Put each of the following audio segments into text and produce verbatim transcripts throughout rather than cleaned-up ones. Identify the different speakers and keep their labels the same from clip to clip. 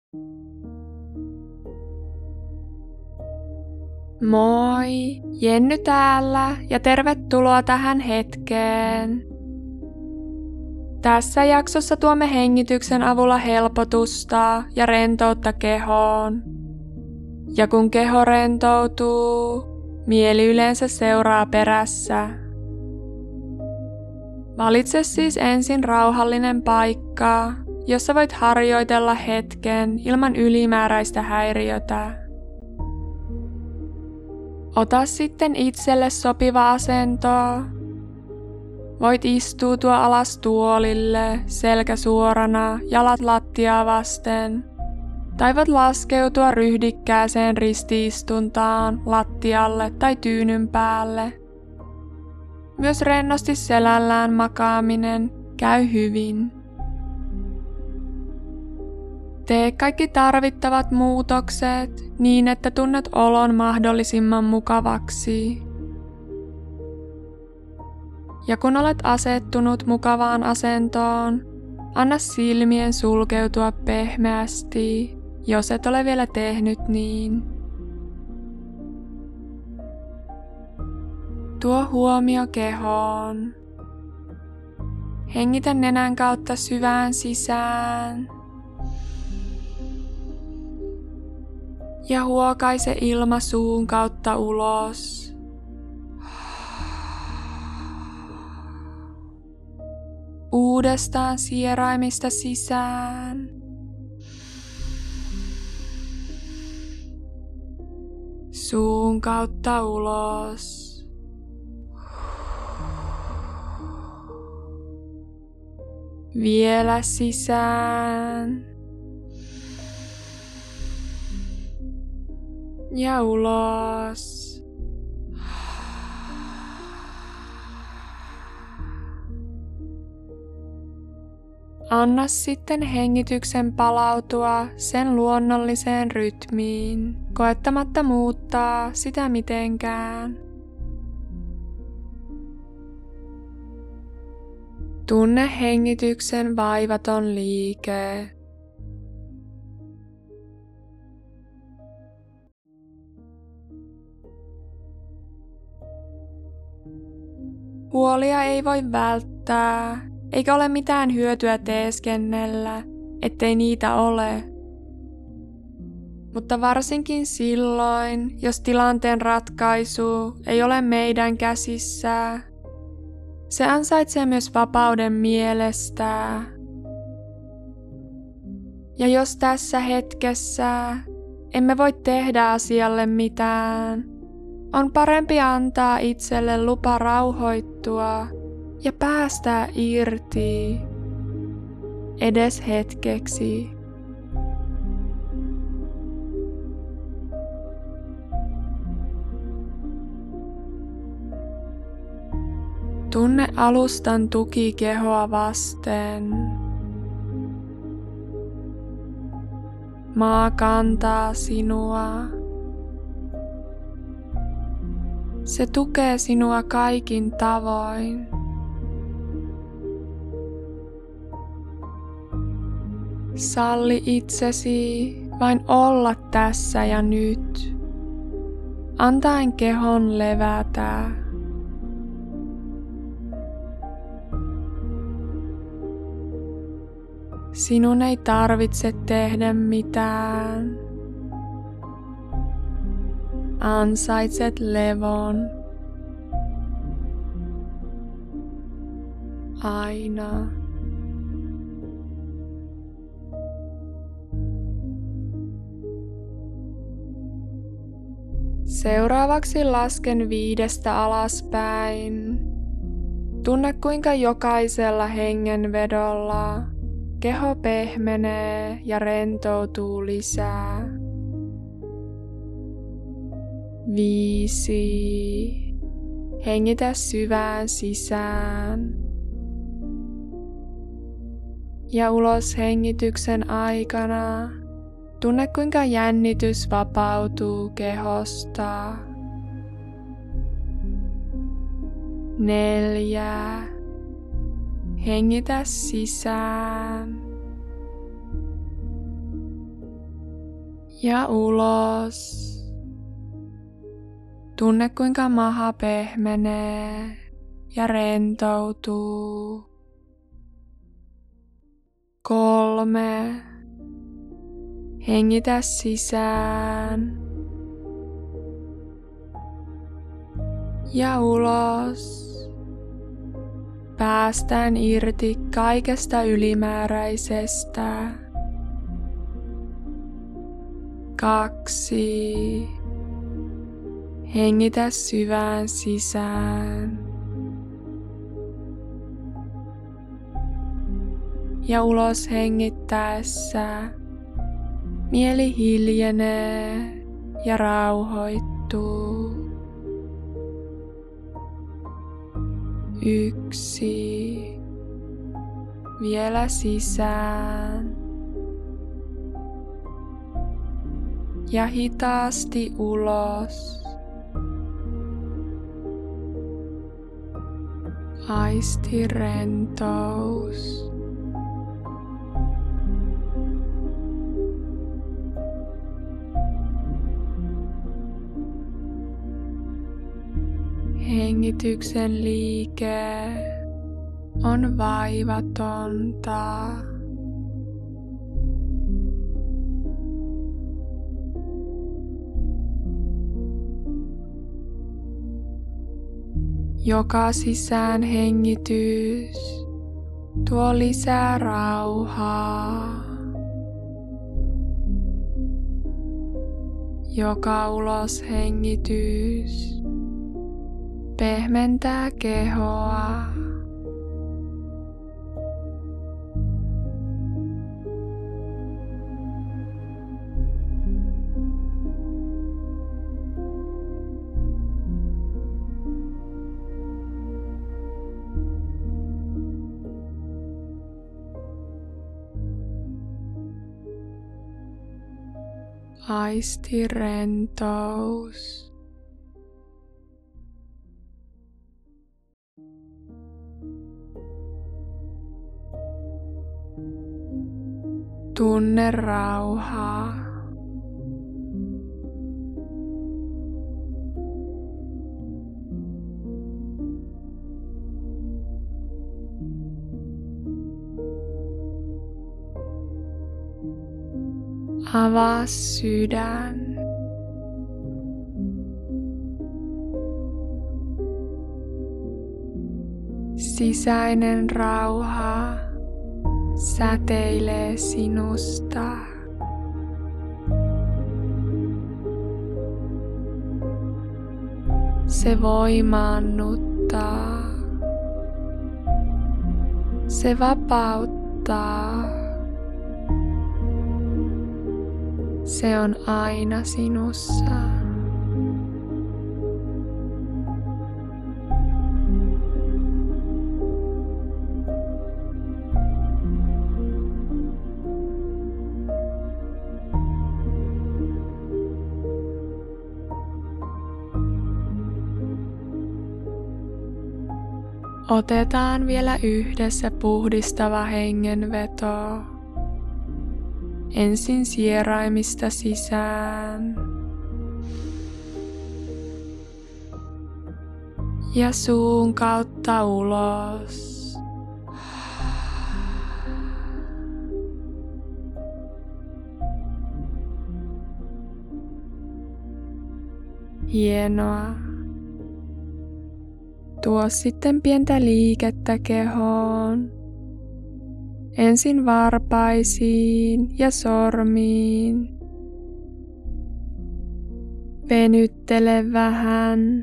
Speaker 1: Moi, Jenny täällä ja tervetuloa tähän hetkeen. Tässä jaksossa tuomme hengityksen avulla helpotusta ja rentoutta kehoon. Ja kun keho rentoutuu, mieli yleensä seuraa perässä. Valitse siis ensin rauhallinen paikka, jossa voit harjoitella hetken ilman ylimääräistä häiriötä. Ota sitten itselle sopiva asento. Voit istuutua alas tuolille, selkä suorana, jalat lattiaa vasten. Tai voit laskeutua ryhdikkääseen ristiistuntaan, lattialle tai tyynyn päälle. Myös rennosti selällään makaaminen käy hyvin. Tee kaikki tarvittavat muutokset niin, että tunnet olon mahdollisimman mukavaksi. Ja kun olet asettunut mukavaan asentoon, anna silmien sulkeutua pehmeästi, jos et ole vielä tehnyt niin. Tuo huomio kehoon. Hengitä nenän kautta syvään sisään. Ja huokaise ilma suun kautta ulos. Uudestaan sieraimista sisään. Suun kautta ulos. Vielä sisään. Ja ulos. Anna sitten hengityksen palautua sen luonnolliseen rytmiin, koettamatta muuttaa sitä mitenkään. Tunne hengityksen vaivaton liike. Huolia ei voi välttää, eikä ole mitään hyötyä teeskennellä, ettei niitä ole. Mutta varsinkin silloin, jos tilanteen ratkaisu ei ole meidän käsissä, se ansaitsee myös vapauden mielestä. Ja jos tässä hetkessä emme voi tehdä asialle mitään, on parempi antaa itselle lupa rauhoittua ja päästää irti, edes hetkeksi. Tunne alustan tuki kehoa vasten. Maa kantaa sinua. Se tukee sinua kaikin tavoin. Salli itsesi vain olla tässä ja nyt, antaen kehon levätä. Sinun ei tarvitse tehdä mitään. Ansaitset levon. Aina. Seuraavaksi lasken viidestä alaspäin. Tunne kuinka jokaisella hengenvedolla keho pehmenee ja rentoutuu lisää. Viisi. Hengitä syvään sisään. Ja ulos hengityksen aikana tunne kuinka jännitys vapautuu kehosta. Neljä. Hengitä sisään. Ja ulos. Tunne kuinka maha pehmenee ja rentoutuu. Kolme. Hengitä sisään. Ja ulos. Päästään irti kaikesta ylimääräisestä. Kaksi. Hengitä syvään sisään. Ja ulos hengittäessä mieli hiljenee ja rauhoittuu. Yksi. Vielä sisään. Ja hitaasti ulos. Aisti rentous. Hengityksen liike on vaivatonta. Joka sisään hengitys tuo lisää rauhaa. Joka ulos hengitys pehmentää kehoa. Aisti rentous. Tunne rauhaa. Avaa sydän. Sisäinen rauha säteilee sinusta. Se voimaannuttaa. Se vapauttaa. Se on aina sinussa. Otetaan vielä yhdessä puhdistava hengenveto. Ensin sieraimista sisään ja suun kautta ulos. Hienoa. Tuo sitten pientä liikettä kehoon. Ensin varpaisiin ja sormiin. Venyttele vähän.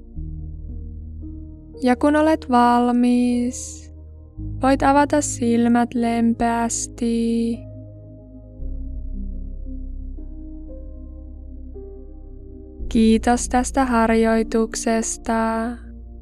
Speaker 1: Ja kun olet valmis, voit avata silmät lempeästi. Kiitos tästä harjoituksesta.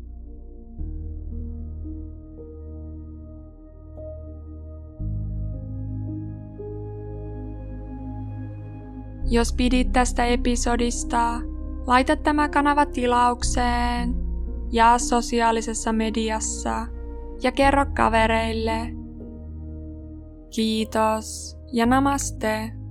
Speaker 1: Jos pidit tästä episodista, laita tämä kanava tilaukseen, jaa sosiaalisessa mediassa ja kerro kavereille. Kiitos ja namaste.